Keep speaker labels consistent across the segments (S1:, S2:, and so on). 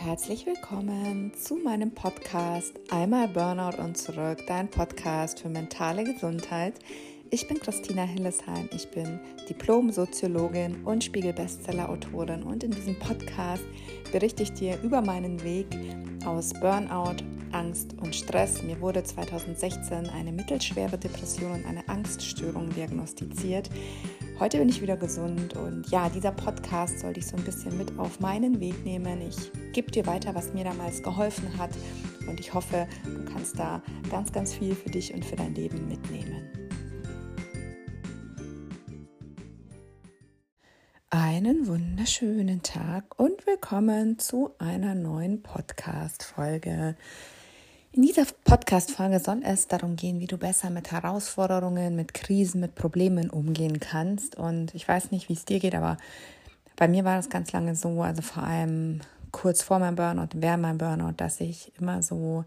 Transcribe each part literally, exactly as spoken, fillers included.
S1: herzlich willkommen zu meinem Podcast Einmal Burnout und zurück, dein Podcast für mentale Gesundheit. Ich bin Christina Hillesheim, ich bin Diplom-Soziologin und Spiegel-Bestseller-Autorin und in diesem Podcast berichte ich dir über meinen Weg aus Burnout, Angst und Stress. Mir wurde zweitausendsechzehn eine mittelschwere Depression und eine Angststörung diagnostiziert. Heute bin ich wieder gesund und ja, dieser Podcast soll dich so ein bisschen mit auf meinen Weg nehmen. Ich gebe dir weiter, was mir damals geholfen hat und ich hoffe, du kannst da ganz, ganz viel für dich und für dein Leben mitnehmen. Einen wunderschönen Tag und willkommen zu einer neuen Podcast-Folge. In dieser Podcast-Folge soll es darum gehen, wie du besser mit Herausforderungen, mit Krisen, mit Problemen umgehen kannst. Und ich weiß nicht, wie es dir geht, aber bei mir war das ganz lange so, also vor allem kurz vor meinem Burnout, während meinem Burnout, dass ich immer so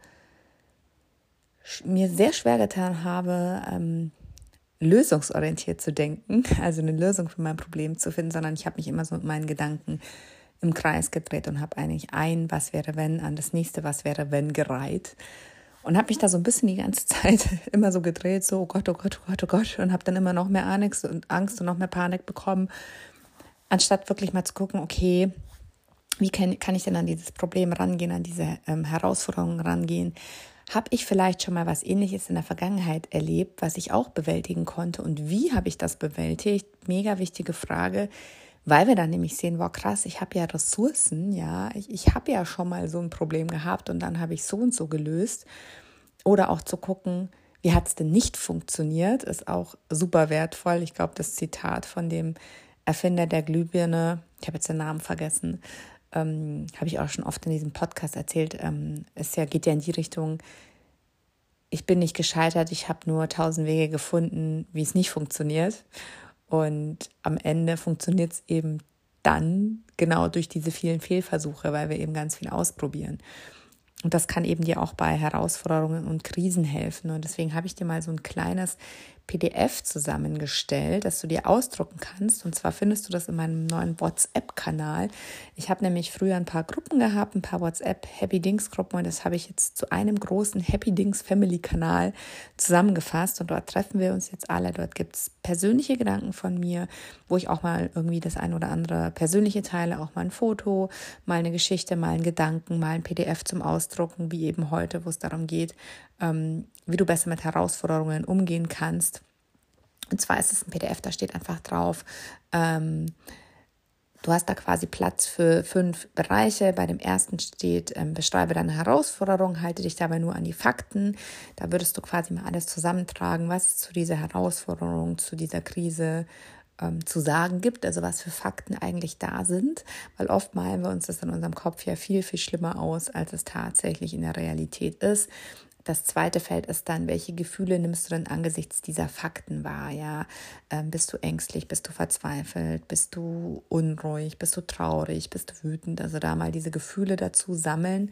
S1: mir sehr schwer getan habe, ähm, lösungsorientiert zu denken, also eine Lösung für mein Problem zu finden, sondern ich habe mich immer so mit meinen Gedanken im Kreis gedreht und habe eigentlich ein Was wäre wenn an das nächste Was wäre wenn gereiht und habe mich da so ein bisschen die ganze Zeit immer so gedreht, so oh Gott, oh Gott, oh Gott, oh Gott und habe dann immer noch mehr Angst und Angst und noch mehr Panik bekommen, anstatt wirklich mal zu gucken, okay, wie kann, kann ich denn an dieses Problem rangehen, an diese ähm, Herausforderungen rangehen? Habe ich vielleicht schon mal was Ähnliches in der Vergangenheit erlebt, was ich auch bewältigen konnte und wie habe ich das bewältigt? Mega wichtige Frage. Weil wir dann nämlich sehen, wow krass, ich habe ja Ressourcen, ja, ich, ich habe ja schon mal so ein Problem gehabt und dann habe ich so und so gelöst. Oder auch zu gucken, wie hat es denn nicht funktioniert, ist auch super wertvoll. Ich glaube, das Zitat von dem Erfinder der Glühbirne, ich habe jetzt den Namen vergessen, ähm, habe ich auch schon oft in diesem Podcast erzählt, ähm, es ja, geht ja in die Richtung, ich bin nicht gescheitert, ich habe nur tausend Wege gefunden, wie es nicht funktioniert. Und am Ende funktioniert es eben dann genau durch diese vielen Fehlversuche, weil wir eben ganz viel ausprobieren. Und das kann eben dir auch bei Herausforderungen und Krisen helfen. Und deswegen habe ich dir mal so ein kleines P D F zusammengestellt, das du dir ausdrucken kannst. Und zwar findest du das in meinem neuen WhatsApp-Kanal. Ich habe nämlich früher ein paar Gruppen gehabt, ein paar WhatsApp-Happy-Dings-Gruppen. Und das habe ich jetzt zu einem großen Happy-Dings-Family-Kanal zusammengefasst. Und dort treffen wir uns jetzt alle. Dort gibt es persönliche Gedanken von mir, wo ich auch mal irgendwie das ein oder andere persönliche teile, auch mal ein Foto, mal eine Geschichte, mal einen Gedanken, mal ein P D F zum Ausdrucken, wie eben heute, wo es darum geht, ähm, wie du besser mit Herausforderungen umgehen kannst. Und zwar ist es ein P D F, da steht einfach drauf, ähm, du hast da quasi Platz für fünf Bereiche. Bei dem ersten steht, ähm, beschreibe deine Herausforderung, halte dich dabei nur an die Fakten. Da würdest du quasi mal alles zusammentragen, was es zu dieser Herausforderung, zu dieser Krise ähm, zu sagen gibt, also was für Fakten eigentlich da sind, weil oft malen wir uns das in unserem Kopf ja viel, viel schlimmer aus, als es tatsächlich in der Realität ist. Das zweite Feld ist dann, welche Gefühle nimmst du denn angesichts dieser Fakten wahr? Ja? Ähm, bist du ängstlich, bist du verzweifelt, bist du unruhig, bist du traurig, bist du wütend? Also da mal diese Gefühle dazu sammeln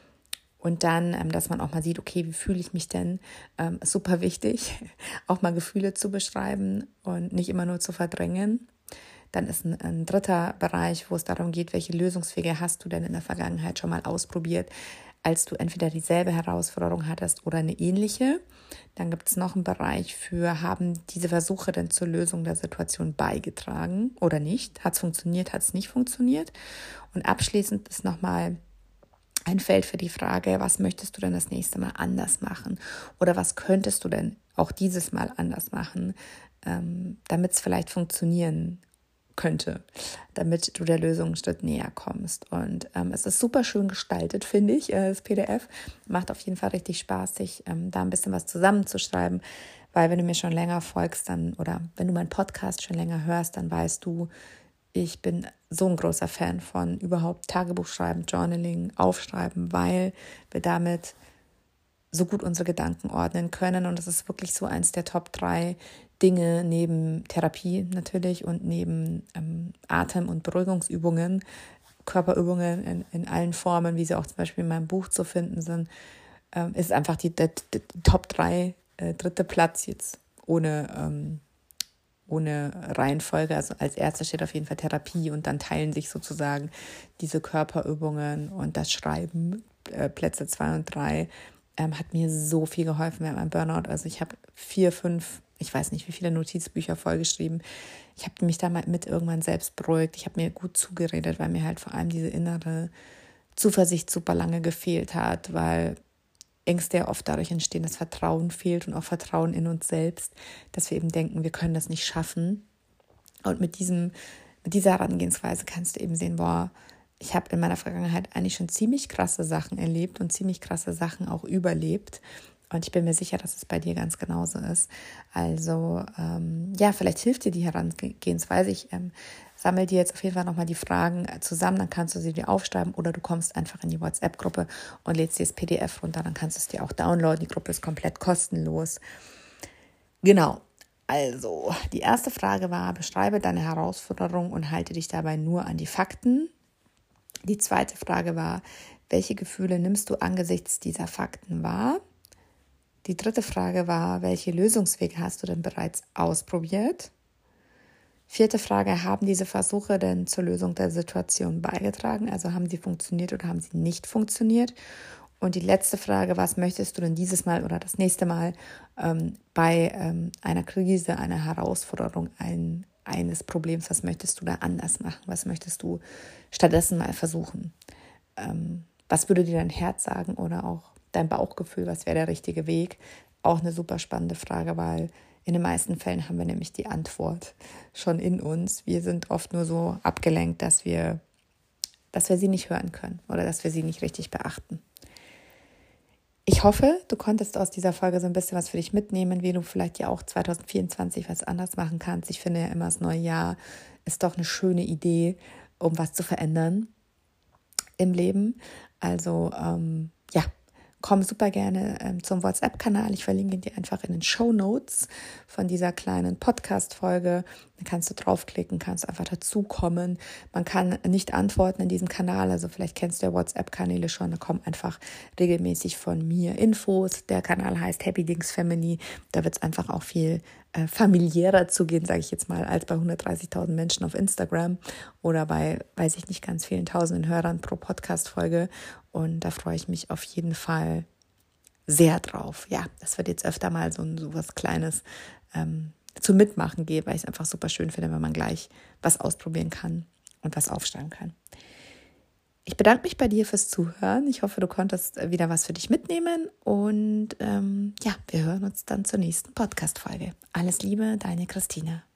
S1: und dann, ähm, dass man auch mal sieht, okay, wie fühle ich mich denn? Ähm, super wichtig, auch mal Gefühle zu beschreiben und nicht immer nur zu verdrängen. Dann ist ein, ein dritter Bereich, wo es darum geht, welche Lösungswege hast du denn in der Vergangenheit schon mal ausprobiert, als du entweder dieselbe Herausforderung hattest oder eine ähnliche. Dann gibt es noch einen Bereich für, haben diese Versuche denn zur Lösung der Situation beigetragen oder nicht? Hat es funktioniert, hat es nicht funktioniert? Und abschließend ist nochmal ein Feld für die Frage, was möchtest du denn das nächste Mal anders machen? Oder was könntest du denn auch dieses Mal anders machen, ähm, damit es vielleicht funktionieren könnte, damit du der Lösung einen Schritt näher kommst. Und ähm, es ist super schön gestaltet, finde ich, äh, das P D F. Macht auf jeden Fall richtig Spaß, sich ähm, da ein bisschen was zusammenzuschreiben, weil wenn du mir schon länger folgst, dann oder wenn du meinen Podcast schon länger hörst, dann weißt du, ich bin so ein großer Fan von überhaupt Tagebuch schreiben, Journaling, Aufschreiben, weil wir damit so gut unsere Gedanken ordnen können. Und das ist wirklich so eins der Top drei Dinge neben Therapie natürlich und neben ähm, Atem- und Beruhigungsübungen, Körperübungen in, in allen Formen, wie sie auch zum Beispiel in meinem Buch zu finden sind, ähm, ist einfach die, die, die Top drei, äh, dritte Platz jetzt ohne, ähm, ohne Reihenfolge. Also als erstes steht auf jeden Fall Therapie und dann teilen sich sozusagen diese Körperübungen und das Schreiben. Äh, Plätze zwei und drei ähm, hat mir so viel geholfen während meinem Burnout. Also ich habe vier, fünf, ich weiß nicht, wie viele Notizbücher vollgeschrieben. Ich habe mich da mal mit irgendwann selbst beruhigt. Ich habe mir gut zugeredet, weil mir halt vor allem diese innere Zuversicht super lange gefehlt hat, weil Ängste ja oft dadurch entstehen, dass Vertrauen fehlt und auch Vertrauen in uns selbst, dass wir eben denken, wir können das nicht schaffen. Und mit diesem, mit dieser Herangehensweise kannst du eben sehen, boah, ich habe in meiner Vergangenheit eigentlich schon ziemlich krasse Sachen erlebt und ziemlich krasse Sachen auch überlebt. Und ich bin mir sicher, dass es bei dir ganz genauso ist. Also ähm, ja, vielleicht hilft dir die Herangehensweise. Ich ähm, sammle dir jetzt auf jeden Fall nochmal die Fragen zusammen, dann kannst du sie dir aufschreiben oder du kommst einfach in die WhatsApp-Gruppe und lädst dir das P D F runter, dann kannst du es dir auch downloaden. Die Gruppe ist komplett kostenlos. Genau, also die erste Frage war, beschreibe deine Herausforderung und halte dich dabei nur an die Fakten. Die zweite Frage war, welche Gefühle nimmst du angesichts dieser Fakten wahr? Die dritte Frage war, welche Lösungswege hast du denn bereits ausprobiert? Vierte Frage, haben diese Versuche denn zur Lösung der Situation beigetragen? Also haben sie funktioniert oder haben sie nicht funktioniert? Und die letzte Frage, was möchtest du denn dieses Mal oder das nächste Mal ähm, bei ähm, einer Krise, einer Herausforderung, ein, eines Problems, was möchtest du da anders machen? Was möchtest du stattdessen mal versuchen? Ähm, was würde dir dein Herz sagen oder auch dein Bauchgefühl, was wäre der richtige Weg? Auch eine super spannende Frage, weil in den meisten Fällen haben wir nämlich die Antwort schon in uns. Wir sind oft nur so abgelenkt, dass wir, dass wir sie nicht hören können oder dass wir sie nicht richtig beachten. Ich hoffe, du konntest aus dieser Folge so ein bisschen was für dich mitnehmen, wie du vielleicht ja auch zwanzig vierundzwanzig was anders machen kannst. Ich finde ja immer, das neue Jahr ist doch eine schöne Idee, um was zu verändern im Leben. Also ähm, ja, komm super gerne ähm, zum WhatsApp-Kanal. Ich verlinke dir einfach in den Shownotes von dieser kleinen Podcast-Folge. Dann kannst du draufklicken, kannst einfach dazukommen. Man kann nicht antworten in diesem Kanal, also vielleicht kennst du ja WhatsApp-Kanäle schon. Da kommen einfach regelmäßig von mir Infos. Der Kanal heißt Happy Dings Family. Da wird es einfach auch viel äh, familiärer zugehen, sage ich jetzt mal, als bei hundertdreißigtausend Menschen auf Instagram oder bei, weiß ich nicht, ganz vielen tausenden Hörern pro Podcast-Folge. Und da freue ich mich auf jeden Fall sehr drauf. Ja, das wird jetzt öfter mal so, so was Kleines ähm, zum Mitmachen geben, weil ich es einfach super schön finde, wenn man gleich was ausprobieren kann und was aufschreiben kann. Ich bedanke mich bei dir fürs Zuhören. Ich hoffe, du konntest wieder was für dich mitnehmen. Und ähm, ja, wir hören uns dann zur nächsten Podcast-Folge. Alles Liebe, deine Christina.